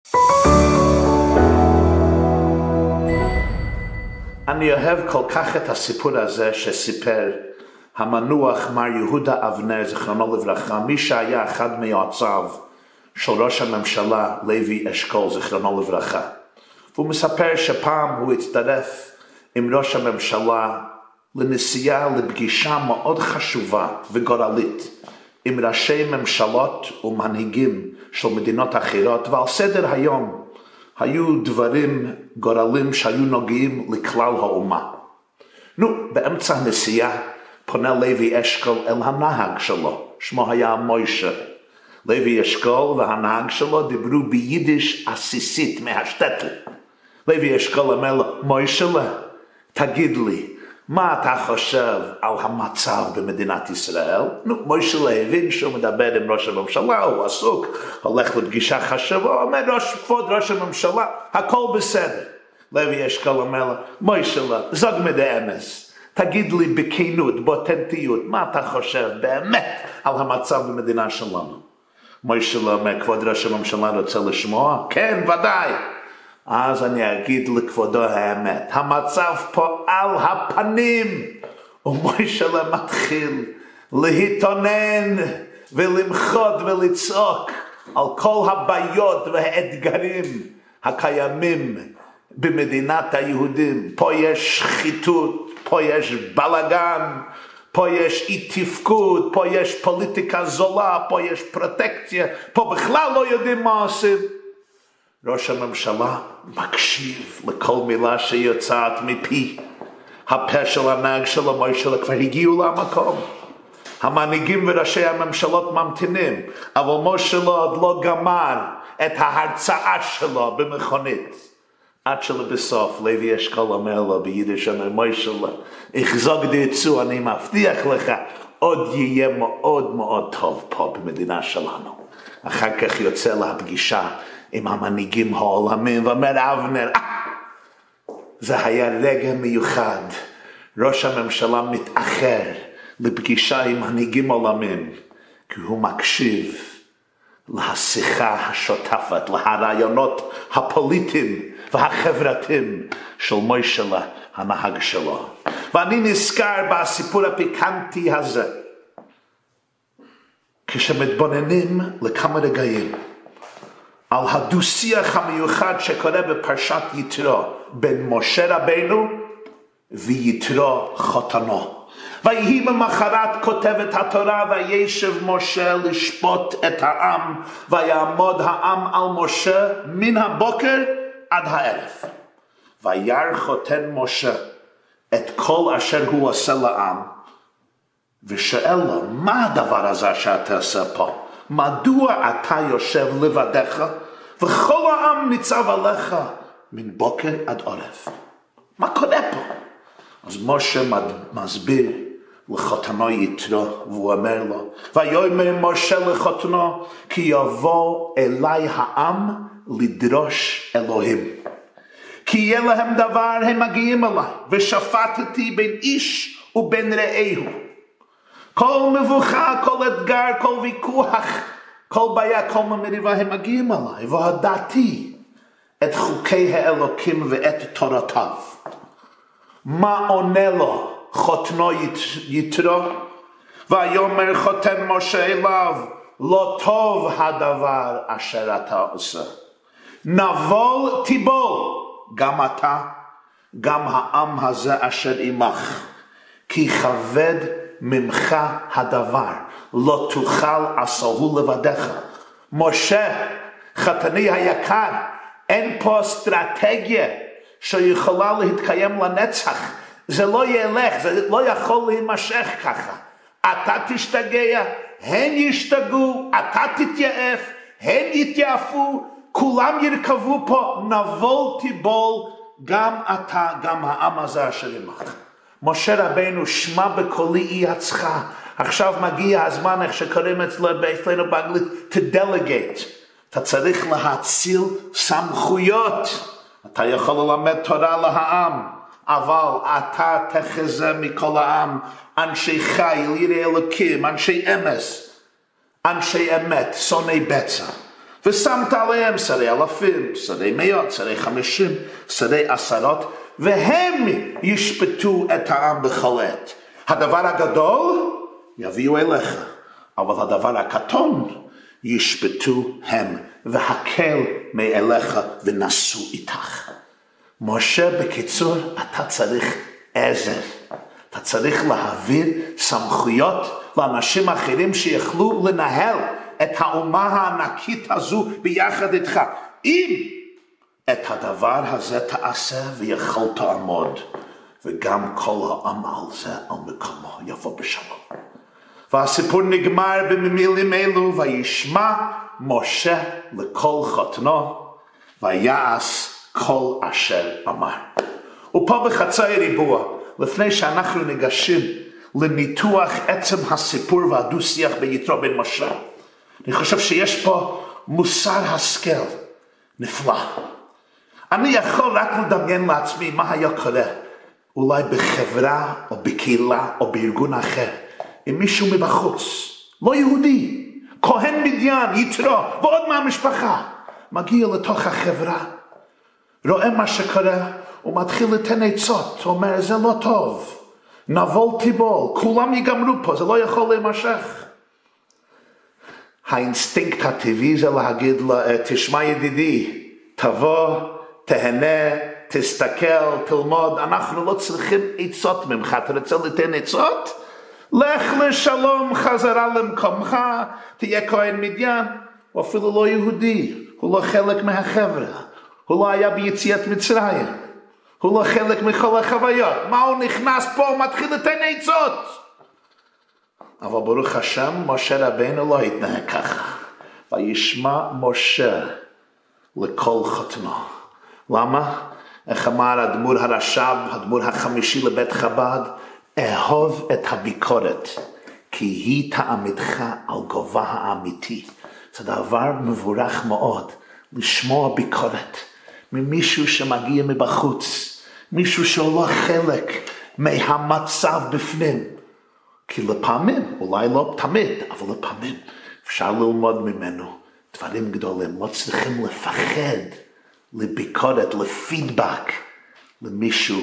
אני אוהב כל כך את הסיפור הזה שסיפר המנוח מר יהודה אבנר, זיכרונו לברכה, מי שהיה אחד מיועציו של ראש הממשלה לוי אשכול, זיכרונו לברכה. והוא מספר שפעם הוא הצטרף עם ראש הממשלה לנסיעה, לפגישה מאוד חשובה וגורלית עם ראשי ממשלות ומנהיגים של מדינות אחרות, ועל סדר היום היו דברים גורלים שהיו נוגעים לכלל האומה. באמצע הנסיעה פונה לוי אשכול אל הנהג שלו, שמו היה מוישה. לוי אשכול והנהג שלו דיברו ביידיש עסיסית מהשטטל. לוי אשכול אומר לו, מוישה, תגיד לי, מה אתה חושב על המצב במדינת ישראל? מוישה הבין שהוא מדבר עם ראש הממשלה, הוא עסוק, הולך לפגישה חשובה, אומר כבוד ראש הממשלה, הכל בסדר. לוי אשכול אומר לו, מוישה, זוג מדאמס, תגיד לי בכנות, באותנטיות, מה אתה חושב באמת על המצב במדינה שלנו? מוישה אומר, כבוד ראש הממשלה רוצה לשמוע? כן, ודאי. אז אני אגיד לכבודו האמת, המצב פה על הפנים, ומוישה מתחיל להתאונן ולמחות ולצעוק על כל הבעיות והאתגרים הקיימים במדינת היהודים. פה יש שחיתות, פה יש בלגן, פה יש אי תפקוד, פה יש פוליטיקה זולה, פה יש פרוטקציה, פה בכלל לא יודעים מה עושים. ראש הממשלה מקשיב לכל מילה שיוצאת מפי. הפה של הנהג שלו, מוישה, כבר הגיעו למקום. המנהיגים וראשי הממשלות ממתינים, אבל מוישה עוד לא גמר את ההרצאה שלו במכונית. עד שלבסוף לוי אשכול אומר לו ביידיש, מוישה, אחזוק דעצו, אני מבטיח לך, עוד יהיה מאוד מאוד טוב פה במדינה שלנו. אחר כך יוצא לפגישה עם המנהיגים העולמים, ואומר אבנר, זה היה רגע מיוחד. ראש הממשלה מתאחר לפגישה עם מנהיגים עולמים, כי הוא מקשיב להשיחה השותפת, להרעיונות הפוליטיים והחברתיים של מוישה הנהג שלו. ואני נזכר בסיפור הפיקנטי הזה, כשמתבוננים לכמה רגעים על הדו-שיח המיוחד שקורה בפרשת יתרו בין משה רבנו ויתרו חתנו. ויהי ממחרת כותבת התורה, וישב משה לשפוט את העם, ויעמוד העם על משה מן הבוקר עד הערב. וירא חותן משה את כל אשר הוא עושה לעם, ושואל לו, מה הדבר הזה שאתה עושה פה? מדוע אתה יושב לבדך, וכל העם ניצב עליך מן בוקר עד ערב? מה קורה פה? אז משה מסביר לחתנו יתרו, והוא אומר לו, ויאמר משה לחתנו, כי יבוא אלי העם לדרוש אלוהים. כי יהיה להם דבר הם מגיעים אליי, ושפטתי בין איש ובין רעהו. כל מבוכה, כל אתגר, כל ויכוח, כל בעיה, כל מריבה הם מגיעים אליי, והודעתי את חוקי האלוקים ואת תורתיו. מה עונה לו חותנו יתרו? ויאמר חותן משה אליו, לא טוב הדבר אשר אתה עושה. נבול תיבול, גם אתה, גם העם הזה אשר עמך, כי כבד ממך הדבר, לא תוכל עשהו לבדך. משה, חתני היקר, אין פה אסטרטגיה שיכולה להתקיים לנצח. זה לא ילך, זה לא יכול להימשך ככה. אתה תשתגע, הם ישתגעו, אתה תתייאף, הם יתייאפו, כולם ירכבו פה, נבול תיבול, גם אתה, גם העם הזה אשר עמך. משה רבנו, שמע בקולי יעצך. עכשיו מגיע הזמן, איך שקוראים אצלנו באנגלית, to delegate. אתה צריך להציל סמכויות. אתה יכול ללמד תורה לעם, אבל אתה תחזה מכל העם, אנשי חיל, יראי אלוקים, אנשי אמס, אנשי אמת, שונאי בצע. ושמת עליהם שרי אלפים, שרי מאות, שרי 50, שרי עשרות, והם ישפטו את העם בכל עת. הדבר הגדול יביאו אליך, אבל הדבר הקטון ישפטו הם, והקל מאליך ונסו איתך. משה, בקיצור, אתה צריך עזר. אתה צריך להעביר סמכויות לאנשים אחרים שיכלו לנהל את האומה הענקית הזו ביחד איתך. אם את הדבר הזה תעשה ויכול תעמוד, וגם כל העם על זה על מקומו יבוא בשלום. והסיפור נגמר במילים אלו, וישמע משה לכל חותנו, ויעש כל אשר אמר. ופה בחצי ריבוע, לפני שאנחנו ניגשים לניתוח עצם הסיפור והדו-שיח ביתרו בן משה, אני חושב שיש פה מוסר השכל נפלא. אני יכול רק לדמיין לעצמי מה היה קורה, אולי בחברה או בקהילה או בארגון אחר, עם מישהו מבחוץ, לא יהודי, כהן מדיין, יתרו, ועוד מהמשפחה, מגיע לתוך החברה, רואה מה שקורה, הוא מתחיל לתן עצות, הוא אומר, זה לא טוב, נבול תיבול, כולם יגמרו פה, זה לא יכול להימשך. האינסטינקט הטבעי זה להגיד לו, תשמע ידידי, תבוא, תהנה, תסתכל, תלמוד, אנחנו לא צריכים עצות ממך, אתה רוצה לתן עצות? לך לשלום חזרה למקומך, תהיה כהן מדיין, הוא אפילו לא יהודי, הוא לא חלק מהחברה, הוא לא היה ביציאת מצרים, הוא לא חלק מכל החוויות, מה הוא נכנס פה, הוא מתחיל לתן עצות. אבל ברוך השם, משה רבינו לא התנהג ככה, וישמע משה לכל חותנו. למה? איך אמר הדמור הרש"ב, הדמור החמישי לבית חב"ד, אהוב את הביקורת, כי היא תעמידך על גובה האמיתי. זה דבר מבורך מאוד, לשמוע ביקורת ממישהו שמגיע מבחוץ, מישהו שהוא לא חלק מהמצב בפנים. כי לפעמים, אולי לא תמיד, אבל לפעמים אפשר ללמוד ממנו דברים גדולים. לא צריכים לפחד לביקורת, לפידבק למישהו,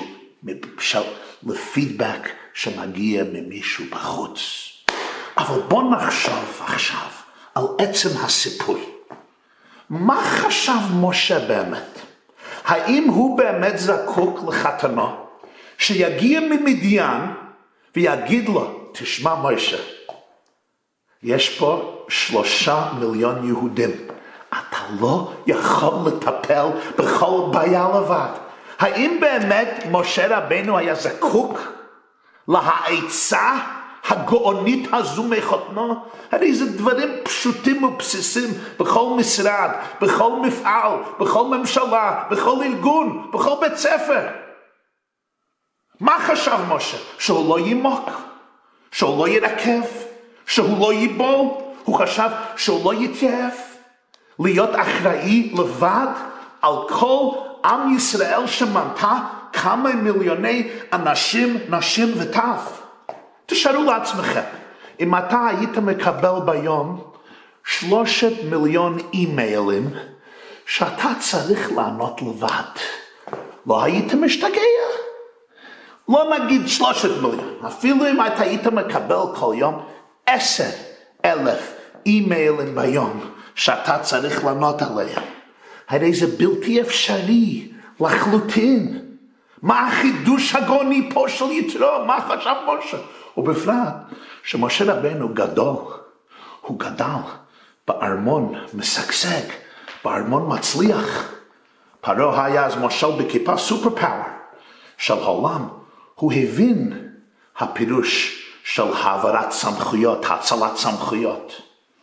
לפידבק שמגיע ממישהו בחוץ. אבל בוא נחשוב עכשיו על עצם הסיפור. מה חשב משה באמת? האם הוא באמת זקוק לחתנו שיגיע ממדיין ויגיד לו, תשמע משה, יש פה 3 מיליון יהודים, אתה לא יכול לטפל בכל בעיה לבד. האם באמת משה רבינו היה זקוק להעצה הגאונית הזו מחותנו? הרי זה דברים פשוטים ובסיסיים בכל משרד, בכל מפעל, בכל ממשלה, בכל ארגון, בכל בית ספר. מה חשב משה? שהוא לא ימוק, שהוא לא ירקב, שהוא לא ייבול. הוא חשב שהוא לא יתייף, להיות אחראי לבד על כל עם ישראל שמנתה כמה מיליוני אנשים, נשים וטף. תשארו לעצמכם, אם אתה היית מקבל ביום 3 מיליון אימיילים שאתה צריך לענות לבד, לא היית משתגע? לא נגיד 3 מיליון, אפילו אם אתה היית מקבל כל יום 10,000 אימיילים ביום שאתה צריך לענות עליהם, הרי זה בלתי אפשרי לחלוטין. מה החידוש הגאוני פה של יתרו? מה חשב משה? ובפרט שמשה רבינו גדול, הוא גדל בארמון משגשג, בארמון מצליח. פרעה היה אז מושל בכיפה, סופר פאוור של העולם. הוא הבין הפירוש של העברת סמכויות, הצלת סמכויות.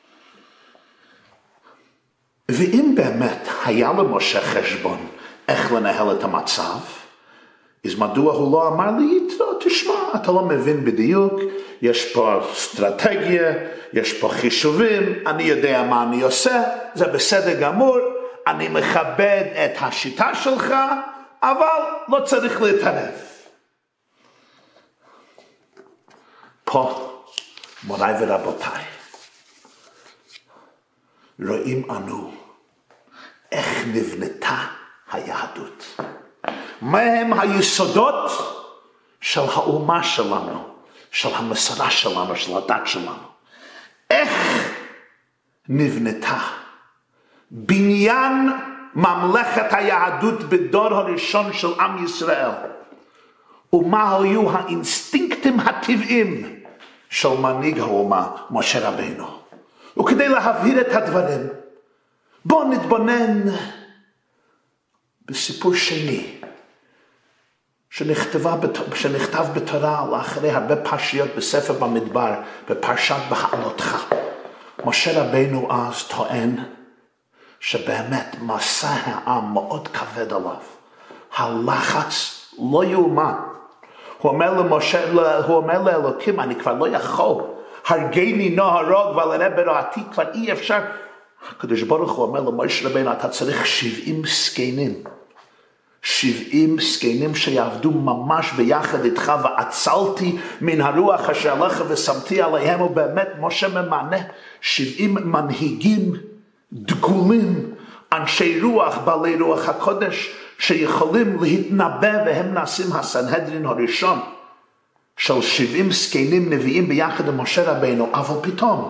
ואם באמת היה למשה חשבון איך לנהל את המצב, אז מדוע הוא לא אמר לי, תשמע, אתה לא מבין בדיוק, יש פה אסטרטגיה, יש פה חישובים, אני יודע מה אני עושה, זה בסדר גמור, אני מכבד את השיטה שלך, אבל לא צריך להתערב. פה, מוריי ורבותיי, רואים אנו איך נבנתה היהדות. מהם היסודות של האומה שלנו, של המסורה שלנו, של הדת שלנו. איך נבנתה בניין ממלכת היהדות בדור הראשון של עם ישראל, ומה היו האינסטינקטים הטבעיים של מנהיג האומה משה רבנו. וכדי להבהיר את הדברים, בואו נתבונן בסיפור שני שנכתב בתורה לאחרי הרבה פרשיות בספר במדבר, בפרשת בהעלותך. משה רבנו אז טוען שבאמת מסע העם מאוד כבד עליו. הלחץ לא יאומן. הוא אומר לאלוקים, אני כבר לא יכול. הרגני נהרוג ועל הרב ברעתי, כבר אי אפשר. הקדוש ברוך הוא אומר למשה רבנו, אתה צריך 70 זקנים. 70 זקנים שיעבדו ממש ביחד איתך, ועצלתי מן הרוח אשר עליך ושמתי עליהם. ובאמת משה ממנה 70 מנהיגים דגולים, אנשי רוח, בעלי רוח הקודש, שיכולים להתנבא, והם נעשים הסנהדרין הראשון של 70 זקנים נביאים ביחד עם משה רבנו. אבל פתאום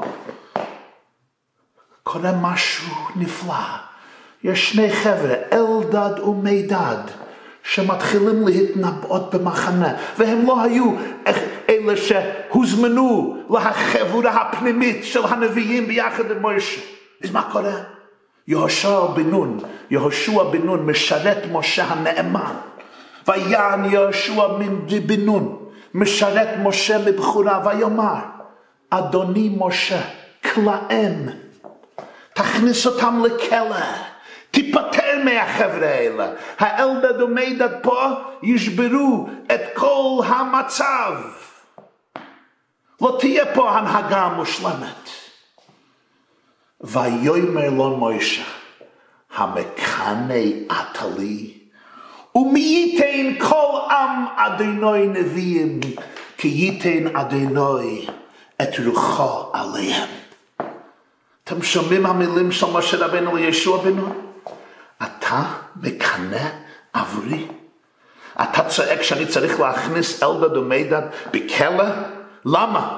קורה משהו נפלא. יש שני חבר'ה, אלדד ומידד, שמתחילים להתנבאות במחנה, והם לא היו אלה שהוזמנו לחבורה הפנימית של הנביאים ביחד עם משה. אז מה קורה? יהושע בן נון משרת משה הנאמן, ויען יהושע בן נון משרת משה מבחורה, ויאמר, אדוני משה, כלאם, תכניס אותם לכלא, תיפטר מהחבר'ה האלה. האלדד ומידד פה ישברו את כל המצב. לא תהיה פה הנהגה מושלמת. ויאמר לו משה, המקנא אתה לי, ומי ייתן כל עם אדוני נביאים, כי ייתן אדוני את רוחו עליהם. אתם שומעים המילים של משה רבנו לישוע בן נון? אתה מקנא עבורי? אתה צועק שאני צריך להכניס אלדד ומידד בכלא? למה?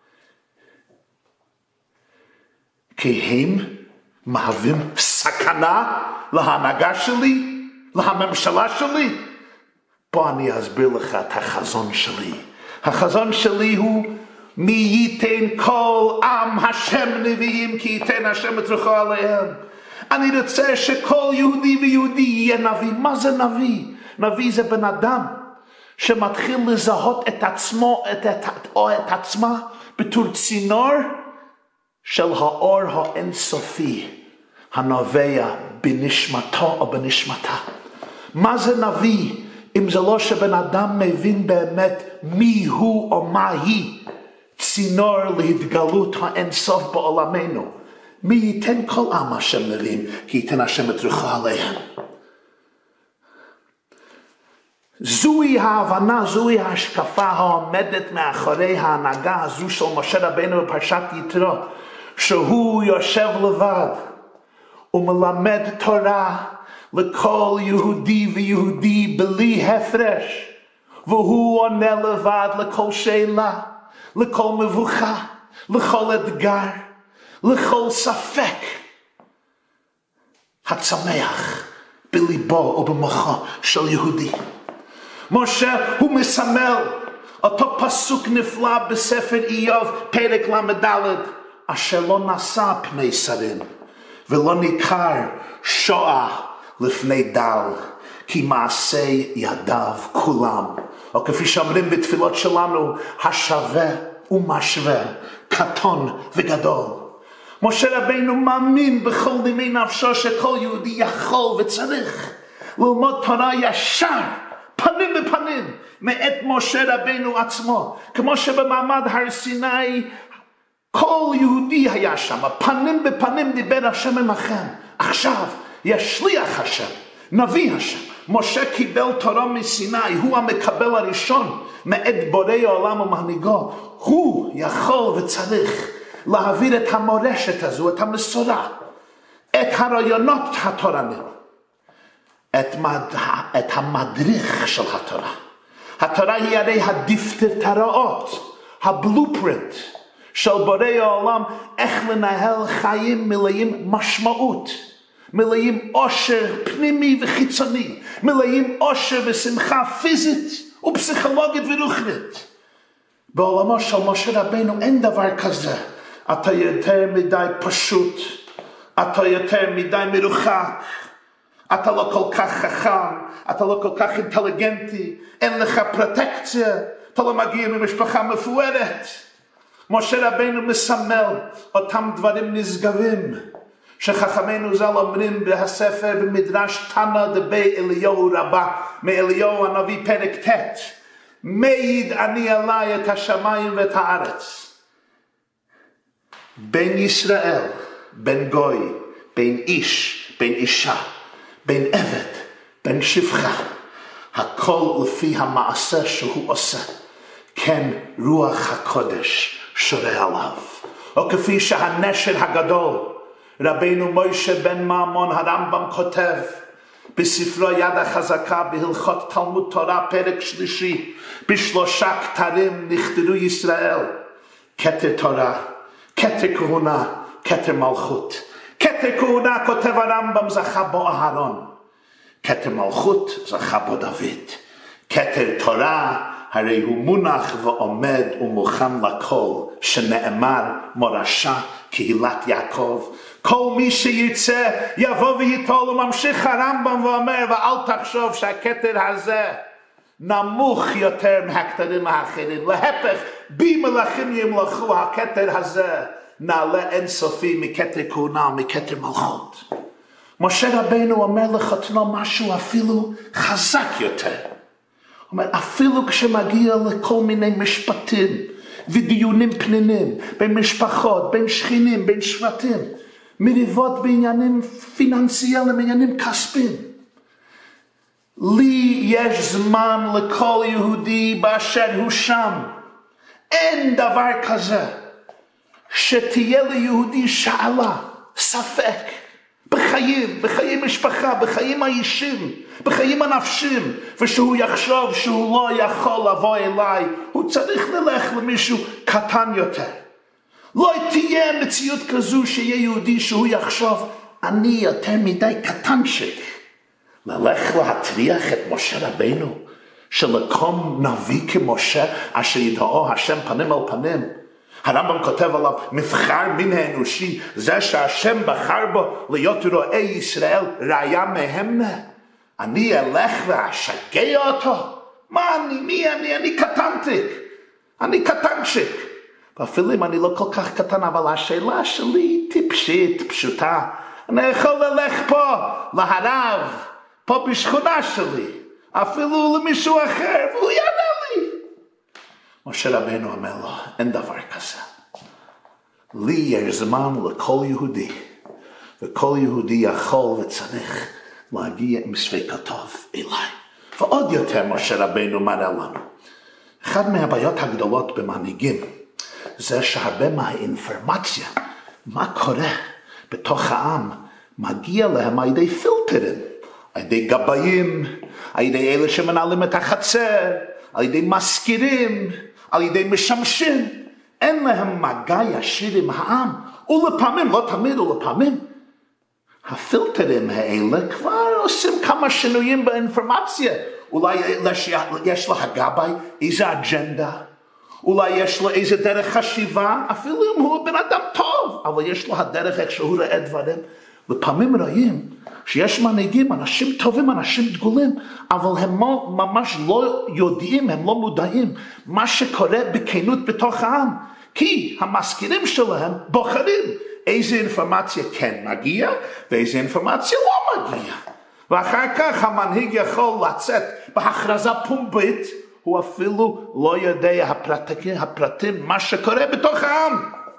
כי הם מהווים סכנה להנהגה שלי, להממשלה שלי. בוא אני אסביר לך את החזון שלי. החזון שלי הוא, מי ייתן כל עם השם נביאים, כי ייתן השם את רוחו עליהם. אני רוצה שכל יהודי ויהודי יהיה נביא. מה זה נביא? נביא זה בן אדם שמתחיל לזהות את עצמו או את עצמה בתור צינור של האור האינסופי הנובע בנשמתו או בנשמתה. מה זה נביא אם זה לא שבן אדם מבין באמת מי הוא או מה היא צינור להתגלות האינסוף בעולמנו? מי ייתן כל עם השם נביאים, כי ייתן השם את רוחו עליהם. זוהי ההבנה, זוהי ההשקפה העומדת מאחורי ההנהגה הזו של משה רבנו בפרשת יתרו, שהוא יושב לבד ומלמד תורה לכל יהודי ויהודי בלי הפרש, והוא עונה לבד לכל שאלה, לכל מבוכה, לכל אתגר, לכל ספק הצמח בליבו ובמוחו של יהודי. משה הוא מסמל אותו פסוק נפלא בספר איוב פרק ל"ד, אשר לא נשא פני שרים ולא ניכר שועה לפני דל, כי מעשי ידיו כולם, או כפי שאומרים בתפילות שלנו, השווה ומשווה, קטון וגדול. משה רבנו מאמין בכל נימי נפשו שכל יהודי יכול וצריך ללמוד תורה ישר, פנים בפנים, מאת משה רבנו עצמו. כמו שבמעמד הר סיני כל יהודי היה שם, פנים בפנים דיבר השם עמכם. עכשיו יש שליח השם, נביא השם. משה קיבל תורה מסיני, הוא המקבל הראשון מאת בורא העולם ומנהיגו. הוא יכול וצריך להעביר את המורשת הזו, את המסורה, את הרעיונות התורניים, את המדריך של התורה. התורה היא הרי הדפתראות, הבלופרינט של בורא העולם, איך לנהל חיים מלאים משמעות, מלאים עושר פנימי וחיצוני, מלאים עושר ושמחה פיזית ופסיכולוגית ורוחנית. בעולמו של משה רבנו אין דבר כזה. אתה יותר מדי פשוט, אתה יותר מדי מרוחק, אתה לא כל כך חכם, אתה לא כל כך אינטליגנטי, אין לך פרוטקציה, אתה לא מגיע ממשפחה מפוארת. משה רבנו מסמל אותם דברים נשגבים, שחכמינו ז"ל אומרים בספר במדרש תנא דבי אליהו רבה, מאליהו הנביא פרק ט', מעיד אני עלי את השמיים ואת הארץ. בין ישראל, בין גוי, בין איש, בין אישה, בין עבד, בין שפחה, הכל לפי המעשה שהוא עושה. כן, רוח הקודש שורה עליו. או כפי שהנשר הגדול, רבינו מוישה בן מאמון הרמב"ם כותב, בספרו יד החזקה בהלכות תלמוד תורה פרק שלישי, בשלושה כתרים נכתרו ישראל, כתר תורה, כתר כהונה, כתר מלכות. כתר כהונה, כותב הרמב"ם, זכה בו אהרון. כתר מלכות, זכה בו דוד. כתר תורה, הרי הוא מונח ועומד ומוכן לכל, שנאמר מורשה קהילת יעקב. כל מי שירצה יבוא ויטול. וממשיך הרמב"ם ואומר, ואל תחשוב שהכתר הזה נמוך יותר מהכתרים האחרים. להפך, בי מלכים ימלכו, הכתר הזה נעלה אינסופי מכתר כהונה ומכתר מלכות. משה רבנו אומר לחתנו משהו אפילו חזק יותר. הוא אומר, אפילו כשמגיע לכל מיני משפטים ודיונים פנימיים, בין משפחות, בין שכנים, בין שבטים, מריבות בעניינים פיננסיים, בעניינים כספיים. לי יש זמן לכל יהודי באשר הוא שם. אין דבר כזה שתהיה ליהודי שאלה, ספק, בחיי משפחה, בחיים האישיים, בחיים הנפשיים, ושהוא יחשוב שהוא לא יכול לבוא אליי, הוא צריך ללך למישהו קטן יותר. לא תהיה מציאות כזו שיהיה יהודי שהוא יחשוב, אני יותר מדי קטנצ'יק. ללך להטריח את משה רבנו, שלקום נביא כמשה, אשר ידעו השם פנים על פנים. הרמב"ם כותב עליו, מבחר מן האנושי, זה שהשם בחר בו להיות רואה ישראל ראיה מהמנה. אני אלך ואשגע אותו? מה אני קטנטיק, אני קטנצ'יק. ואפילו אם אני לא כל כך קטן, אבל השאלה שלי טיפשית, פשוטה. אני יכול ללך פה, להרב, פה בשכונה שלי, אפילו למישהו אחר, והוא יענה לי. משה רבנו אומר לו, אין דבר כזה. לי יש זמן לכל יהודי, וכל יהודי יכול וצריך להגיע עם ספקותיו אליי. ועוד יותר משה רבנו מראה לנו. אחד מהבעיות הגדולות במנהיגים, זה שהרבה מהאינפורמציה, מה קורה בתוך העם, מגיע להם על ידי פילטרים, על ידי גבאים, על ידי אלה שמנהלים את החצר, על ידי מזכירים, על ידי משמשים. אין להם מגע ישיר עם העם, ולפעמים, לא תמיד, ולפעמים, הפילטרים האלה כבר עושים כמה שינויים באינפורמציה. אולי יש לה גבאי איזה אג'נדה, אולי יש לו איזה דרך חשיבה, אפילו אם הוא בן אדם טוב, אבל יש לו הדרך איך שהוא רואה דברים. לפעמים רואים שיש מנהיגים, אנשים טובים, אנשים דגולים, אבל הם ממש לא יודעים, הם לא מודעים מה שקורה בכנות בתוך העם. כי המזכירים שלהם בוחרים איזה אינפורמציה כן מגיע, ואיזה אינפורמציה לא מגיע. ואחר כך המנהיג יכול לצאת בהכרזה פומבית, הוא אפילו לא יודע הפרטים מה שקורה בתוך העם.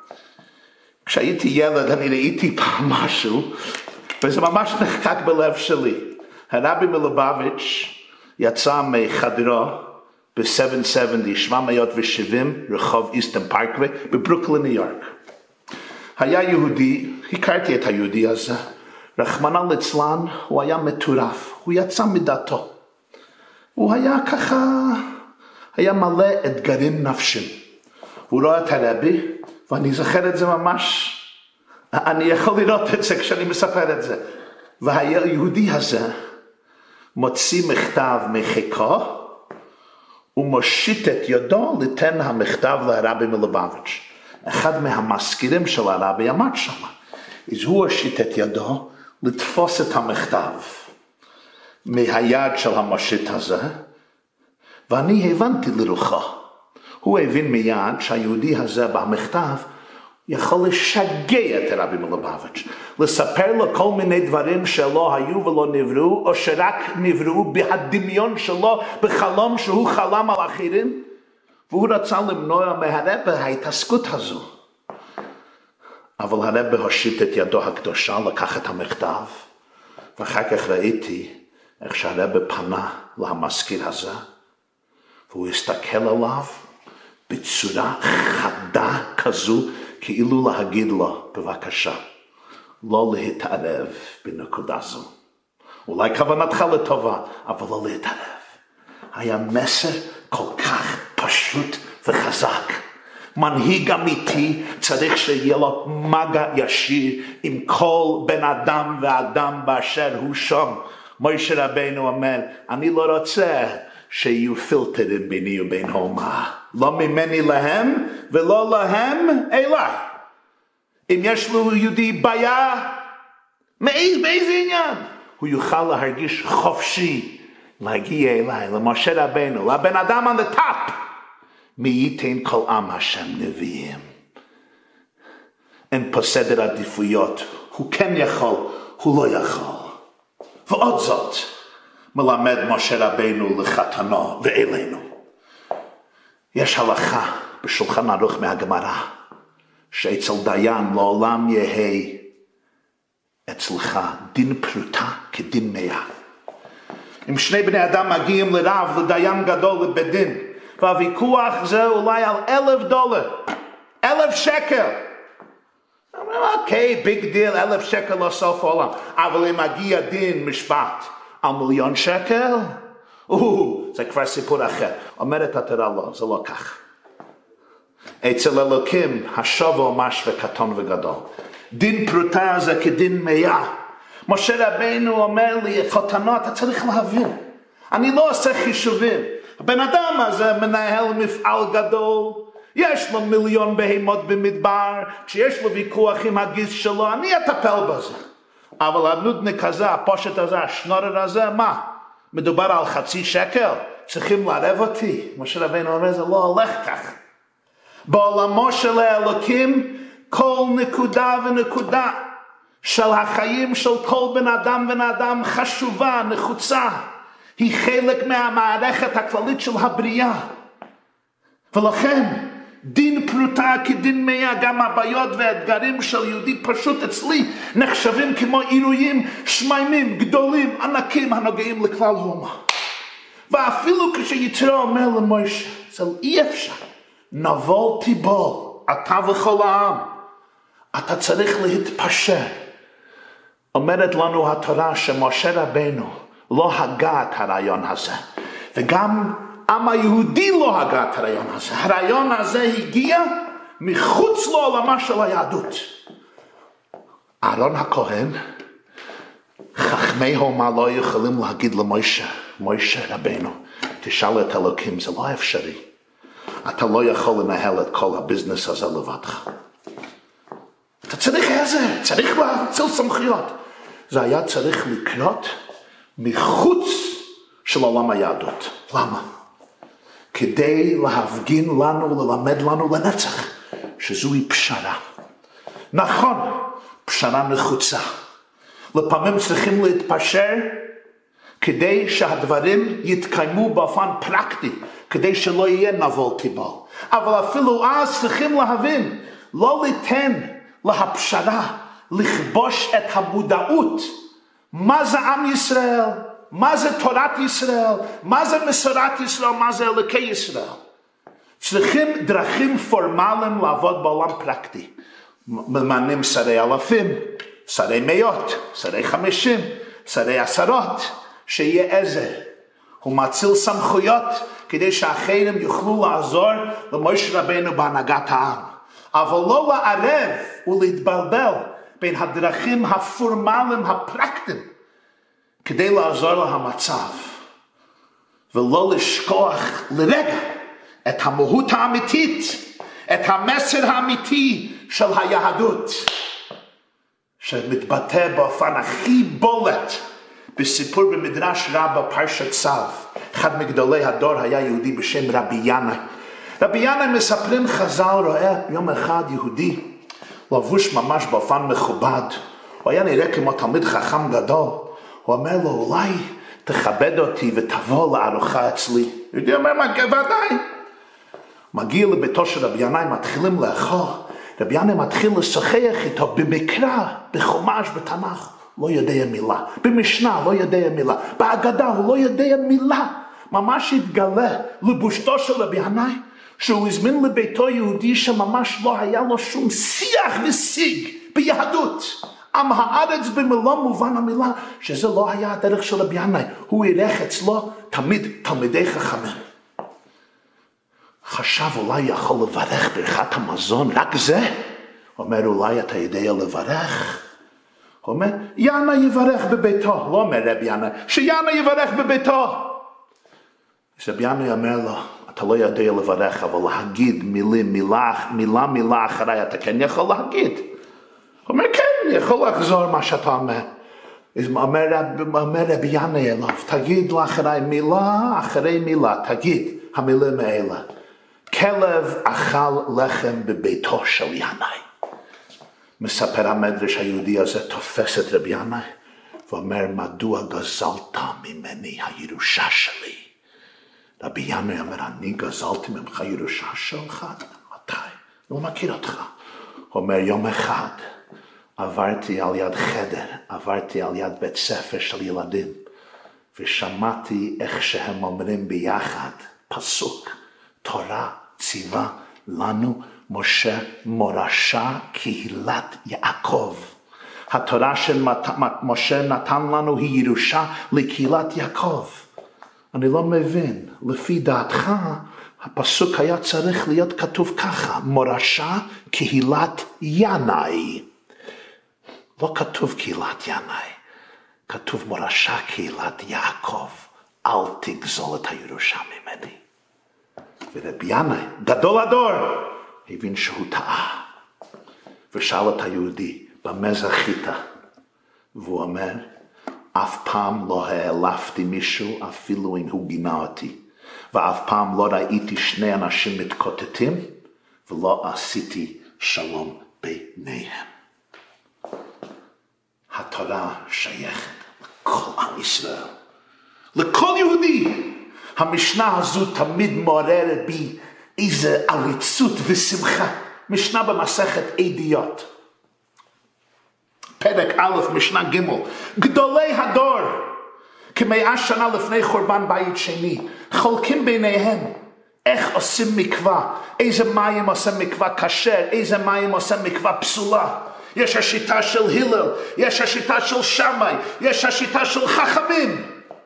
כשהייתי ילד אני ראיתי פעם משהו, וזה ממש נחקק בלב שלי. הרבי מלובביץ' יצא מחדרו ב-770, 770, רחוב איסטון פארקווי, בברוקלין, ניו יורק. היה יהודי, הכרתי את היהודי הזה, רחמנא ליצלן, הוא היה מטורף, הוא יצא מדעתו. הוא היה ככה, היה מלא אתגרים נפשיים. הוא ראה את הרבי, ואני זוכר את זה ממש, אני יכול לראות את זה כשאני מספר את זה. והיהודי הזה מוציא מכתב מחיקו, ומושיט את ידו ליתן המכתב לרבי מלובביץ'. אחד מהמזכירים של הרבי עמד שם. אז הוא הושיט את ידו לתפוס את המכתב מהיד של המושיט הזה, ואני הבנתי לרוחו. הוא הבין מיד שהיהודי הזה במכתב יכול לשגע את הרבי מלובביץ', לספר לו כל מיני דברים שלא היו ולא נבראו, או שרק נבראו בהדמיון שלו, בחלום שהוא חלם על אחרים, והוא רצה למנוע מהרבי ההתעסקות הזו. אבל הרבי הושיט את ידו הקדושה, לקח את המכתב, ואחר כך ראיתי איך שהרבי פנה למזכיר הזה, והוא הסתכל עליו בצורה חדה כזו, כאילו להגיד לו, בבקשה, לא להתערב בנקודה זו. אולי כוונתך לטובה, אבל לא להתערב. היה מסר כל כך פשוט וחזק. מנהיג אמיתי צריך שיהיה לו מגע ישיר עם כל בן אדם ואדם באשר הוא שם. משה רבינו אומר, אני לא רוצה שיהיו פילטרים ביני ובין האומה. לא ממני להם ולא להם אליי. אם יש לו יהודי בעיה, באיזה עניין? הוא יוכל להרגיש חופשי להגיע אליי, למשה רבינו, לבן אדם על הטאפ. מי ייתן כל עם השם נביאים. אין פה סדר עדיפויות. הוא כן יכול, הוא לא יכול. ועוד זאת, מלמד משה רבינו לחתנו ואלינו. יש הלכה בשולחן ערוך מהגמרא, שאצל דיין לעולם יהא אצלך דין פרוטה כדין מאה. אם שני בני אדם מגיעים לרב, לדיין גדול, לבית דין, והוויכוח זה אולי על $1,000, 1,000 שקל. אוקיי, ביג דיל, 1,000 שקל לא סוף העולם. אבל אם מגיע דין משפט על $1,000,000, זה כבר סיפור אחר. אומרת התורה לא, זה לא כך. אצל אלוקים השובו משווה קטון וגדול. דין פרוטה זה כדין מאה. משה רבינו אומר לי, חתנו, אתה צריך להבין. אני לא עושה חישובים. הבן אדם הזה מנהל מפעל גדול, יש לו 1,000,000 בהמות במדבר, כשיש לו ויכוח עם הגיס שלו, אני אטפל בזה. אבל הנודניק הזה, הפושט הזה, השנורר הזה, מה? מדובר על 0.5 שקל? צריכים לערב אותי? משה רבינו אומר, זה לא הולך כך. בעולמו של האלוקים, כל נקודה ונקודה של החיים של כל בן אדם חשובה, נחוצה. היא חלק מהמערכת הכללית של הבריאה. ולכן, דין פרוטה כדין מאה, גם הבעיות והאתגרים של יהודי פשוט אצלי נחשבים כמו אירועים שמיימים, גדולים, ענקים, הנוגעים לכלל האומה. ואפילו כשיתרו אומר למשה, זה אי אפשר, נבול תיבול, אתה וכל העם, אתה צריך להתפשר. אומרת לנו התורה שמשה רבינו לא הגה את הרעיון הזה, וגם עם היהודי לא הגה את הרעיון הזה. הרעיון הזה הגיע מחוץ לעולמה של היהדות. אהרון הכהן, חכמי האומה לא יכולים להגיד למשה, משה רבינו, תשאל את אלוקים, זה לא אפשרי. אתה לא יכול לנהל את כל הביזנס הזה לבדך. אתה צריך איזה, צריך להציל סמכויות. זה היה צריך לקרות מחוץ של עולם היהדות. למה? כדי להפגין לנו, ללמד לנו לנצח, שזוהי פשרה. נכון, פשרה נחוצה. לפעמים צריכים להתפשר כדי שהדברים יתקיימו באופן פרקטי, כדי שלא יהיה נבול תיבול. אבל אפילו אז צריכים להבין, לא ליתן להפשרה לכבוש את המודעות. מה זה עם ישראל? מה זה תורת ישראל? מה זה מסורת ישראל? מה זה אלוקי ישראל? צריכים דרכים פורמליים לעבוד בעולם פרקטי. ממנים שרי אלפים, שרי מאות, שרי 50, שרי עשרות, שיהיה עזר. הוא מציל סמכויות כדי שאחרים יוכלו לעזור למשה רבנו בהנהגת העם. אבל לא לערב ולהתבלבל בין הדרכים הפורמליים הפרקטיים כדי לעזור למצב. ולא לשכוח לרגע את המהות האמיתית, את המסר האמיתי של היהדות, שמתבטא באופן הכי בולט בסיפור במדרש רבה פרשת צו. אחד מגדולי הדור היה יהודי בשם רבי ינאי. רבי ינאי מספרים חז"ל רואה יום אחד יהודי לבוש ממש באופן מכובד. הוא היה נראה כמו תלמיד חכם גדול. הוא אומר לו, אולי תכבד אותי ותבוא לארוחה אצלי. יהודי אומר, ודאי. מגיע לביתו של רבי ינאי, מתחילים לאכול. רבי ינאי מתחיל לשוחח איתו במקרא, בחומש, בתנ"ך. לא יודע מילה. במשנה לא יודע מילה. בהגדה הוא לא יודע מילה. ממש התגלה לבושתו של רבי ינאי, שהוא הזמין לביתו יהודי שממש לא היה לו שום שיח ושיג ביהדות. עם הארץ במלוא מובן המילה, שזה לא היה הדרך של רבי ינאי. הוא אירח אצלו תמיד תלמידי חכמים. חשב אולי יכול לברך ברכת המזון, רק זה? אומר, אולי אתה יודע לברך? הוא אומר, ינאי יברך בביתו. לא אומר רבי ינאי, שינאי יברך בביתו. רבי ינאי אומר לו, אתה לא יודע לברך, אבל להגיד מילה אחריי, אתה כן יכול להגיד. הוא אומר, כן, אני יכול לחזור מה שאתה אומר. אומר רבי ינאי אליו, תגיד לאחריי מילה אחרי מילה, תגיד המילים האלה. כלב אכל לחם בביתו של ינאי. מספר המדרש היהודי הזה תופס את רבי ינאי ואומר, מדוע גזלת ממני הירושה שלי? רבי ינאי אומר, אני גזלתי ממך ירושה שלך? מתי? לא מכיר אותך. הוא אומר, יום אחד עברתי על יד חדר, עברתי על יד בית ספר של ילדים, ושמעתי איך שהם אומרים ביחד פסוק, תורה ציווה לנו משה מורשה קהילת יעקב. התורה של משה נתן לנו היא ירושה לקהילת יעקב. אני לא מבין, לפי דעתך הפסוק היה צריך להיות כתוב ככה, מורשה קהילת ינאי. לא כתוב קהילת ינאי, כתוב מורשה קהילת יעקב. אל תגזול את הירושה ממני. ורבי ינאי, גדול הדור, הבין שהוא טעה. ושאל את היהודי, במה זכית? והוא אומר, אף פעם לא העלפתי מישהו אפילו אם הוא גינה אותי. ואף פעם לא ראיתי שני אנשים מתקוטטים, ולא עשיתי שלום ביניהם. התורה שייכת לכל עם ישראל. לכל יהודי. המשנה הזו תמיד מעוררת בי איזה עליצות ושמחה. משנה במסכת עדיות. פרק א', משנה ג'. גדולי הדור, כ100 שנה לפני חורבן בית שני, חולקים ביניהם איך עושים מקווה, איזה מים עושה מקווה כשר, איזה מים עושה מקווה פסולה. יש השיטה של הלל, יש השיטה של שמאי, יש השיטה של חכמים.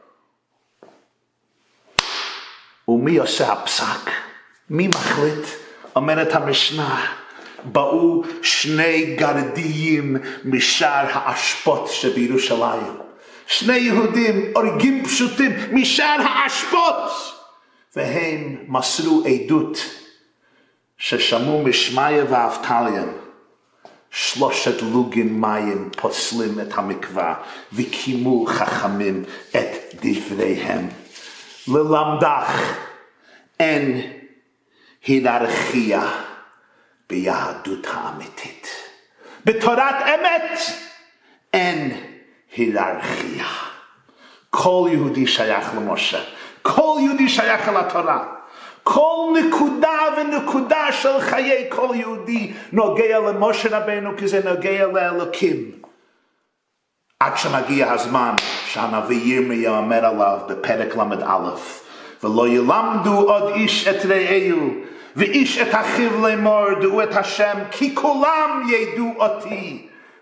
ומי עושה הפסק? מי מחליט? אומרת המשנה, באו 2 גרדיים משער האשפות שבירושלים. 2 יהודים, אורגים פשוטים, משער האשפות. והם מסרו עדות ששמעו משמעיה ואבטליה. 3 לוגים מים פוסלים את המקווה, וקימו חכמים את דבריהם. ללמדך אין היררכיה ביהדות האמיתית. בתורת אמת אין היררכיה. כל יהודי שייך למשה. כל יהודי שייך לתורה. כל נקודה ונקודה של חיי כל יהודי נוגע למשה רבנו, כי זה נוגע לאלוקים. עד שמגיע הזמן שהנביא ירמיה אומר עליו בפרק ל"א, ולא ילמדו עוד איש את רעהו ואיש את אחיו לאמור דעו את השם, כי כולם ידעו אותי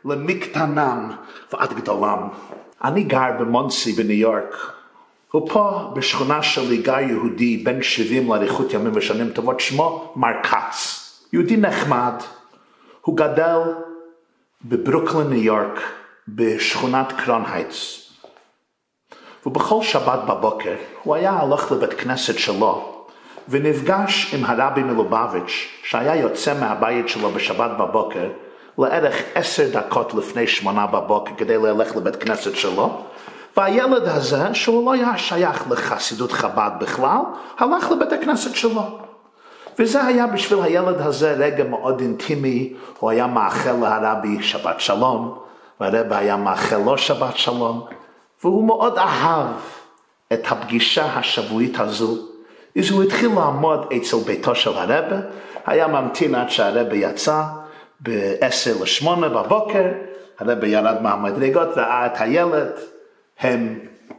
למקטנם ועד גדולם. אני גר במונסי בניו יורק, ופה בשכונה שלי גר יהודי בן 70 לאריכות ימים ושנים טובות, שמו מר קץ. יהודי נחמד, הוא גדל בברוקלין ניו יורק בשכונת קרון הייטס. ובכל שבת בבוקר הוא היה הולך לבית כנסת שלו ונפגש עם הרבי מלובביץ' שהיה יוצא מהבית שלו בשבת בבוקר לערך 10 דקות לפני 8 בבוקר כדי ללך לבית כנסת שלו, והילד הזה, שהוא לא היה שייך לחסידות חב"ד בכלל, הלך לבית הכנסת שלו. וזה היה בשביל הילד הזה רגע מאוד אינטימי. הוא היה מאחל להרבי שבת שלום, והרבי היה מאחל לו שבת שלום, והוא מאוד אהב את הפגישה השבועית הזו. אז הוא התחיל לעמוד אצל ביתו של הרבי, היה ממתין עד שהרבי יצא ב-7:50 בבוקר, הרבי ירד מהמדרגות, ראה את הילד, הם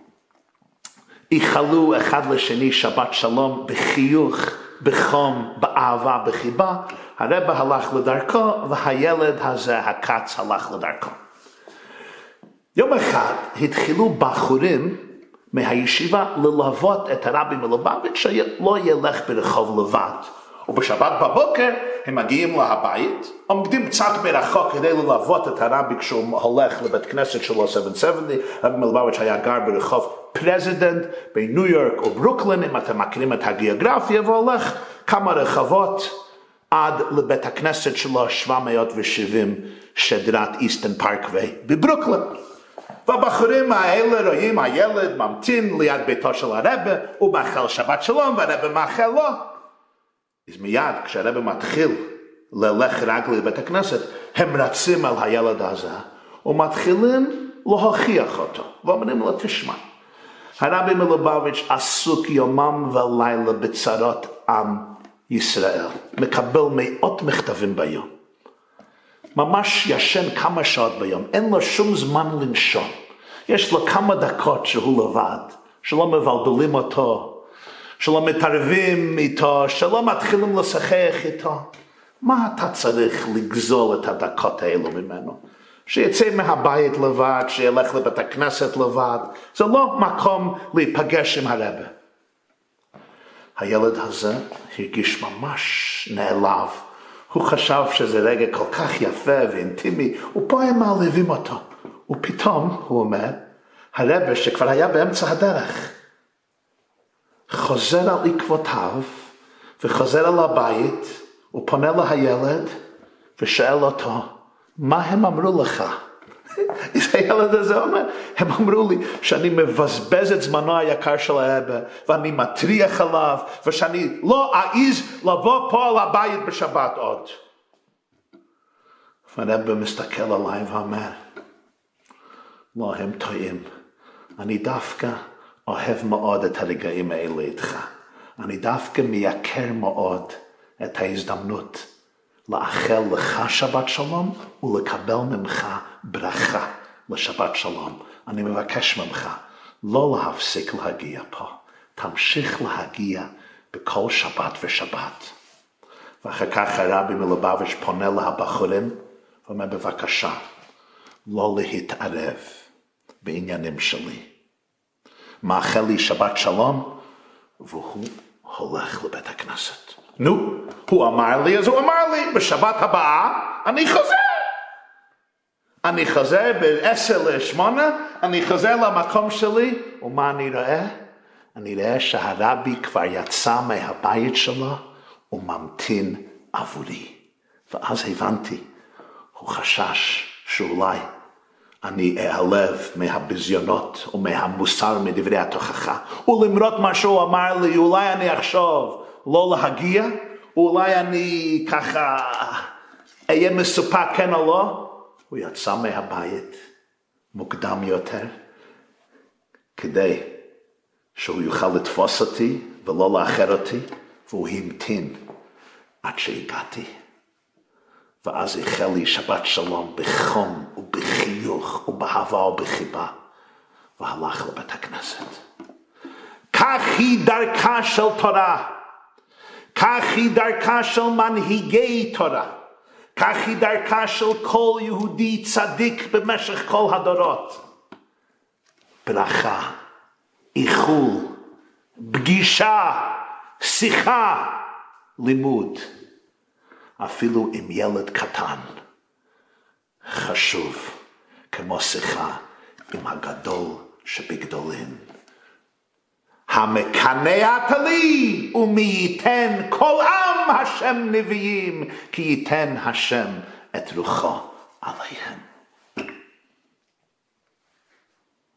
איחלו אחד לשני שבת שלום בחיוך, בחום, באהבה, בחיבה. הרבי הלך לדרכו והילד הזה, הקץ, הלך לדרכו. יום אחד התחילו בחורים מהישיבה ללוות את הרבי מלובביץ' שלא ילך ברחוב לבד. ובשבת בבוקר הם מגיעים להבית, עומדים קצת מרחוק כדי ללוות את הרבי כשהוא הולך לבית כנסת שלו 770. הרבי מלובביץ' היה גר ברחוב פרזידנט בניו יורק וברוקלין, אם אתם מכירים את הגיאוגרפיה, והולך כמה רחובות עד לבית הכנסת שלו 770 שדרת איסטן פארקווי בברוקלין. והבחורים האלה רואים הילד ממתין ליד ביתו של הרבי, הוא מאחל שבת שלום והרבי מאחל לו. אז מיד כשהרבי מתחיל ללך רגלי לבית הכנסת, הם רצים על הילד הזה ומתחילים להוכיח אותו, ואומרים לו תשמע, הרבי מלובביץ' עסוק יומם ולילה בצרות עם ישראל, מקבל מאות מכתבים ביום, ממש ישן כמה שעות ביום, אין לו שום זמן לנשום, יש לו כמה דקות שהוא לבד, שלא מבלבלים אותו, שלא מתערבים איתו, שלא מתחילים לשחק איתו. מה אתה צריך לגזול את הדקות האלו ממנו? שיצא מהבית לבד, שילך לבית הכנסת לבד, זה לא מקום להיפגש עם הרבי. הילד הזה הרגיש ממש נעלב, הוא חשב שזה רגע כל כך יפה ואינטימי, ופה הם מעליבים אותו. ופתאום, הוא אומר, הרבי שכבר היה באמצע הדרך, חוזר על עקבותיו, וחוזר על הבית, ופונה לילד, ושואל אותו, מה הם אמרו לך? הילד הזה אומר, הם אמרו לי שאני מבזבז את זמנו היקר של הרבי, ואני מטריח עליו, ושאני לא אעז לבוא פה על הבית בשבת עוד. והרבי מסתכל עליי ואומר, לא, הם טועים. אני דווקא אוהב מאוד את הרגעים האלה איתך. אני דווקא מייקר מאוד את ההזדמנות לאחל לך שבת שלום ולקבל ממך ברכה לשבת שלום. אני מבקש ממך לא להפסיק להגיע פה. תמשיך להגיע בכל שבת ושבת. ואחר כך הרבי מלובביץ' פונה לבחורים ואומר בבקשה לא להתערב בעניינים שלי. מאחל לי שבת שלום, והוא הולך לבית הכנסת. נו, הוא אמר לי, אז הוא אמר לי, בשבת הבאה אני חוזר. אני חוזר ב-7:50, אני חוזר למקום שלי, ומה אני רואה? אני רואה שהרבי כבר יצא מהבית שלו, וממתין עבורי. ואז הבנתי, הוא חשש שאולי אני אעלב מהביזיונות ומהמוסר מדברי התוכחה. ולמרות מה שהוא אמר לי, אולי אני אחשוב לא להגיע, אולי אני ככה אהיה מסופק כן או לא. הוא יצא מהבית מוקדם יותר, כדי שהוא יוכל לתפוס אותי ולא לאחר אותי, והוא המתין עד שהגעתי. ואז החל לי שבת שלום בחום ובחיוך ובאהבה ובחיבה, והלך לבית הכנסת. כך היא דרכה של תורה, כך היא דרכה של מנהיגי תורה, כך היא דרכה של כל יהודי צדיק במשך כל הדורות. ברכה, איחול, פגישה, שיחה, לימוד. אפילו עם ילד קטן. חשוב כמו שיחה עם הגדול שבגדולים. המקנא לי ומי ייתן כל עם השם נביאים, כי ייתן השם את רוחו עליהם.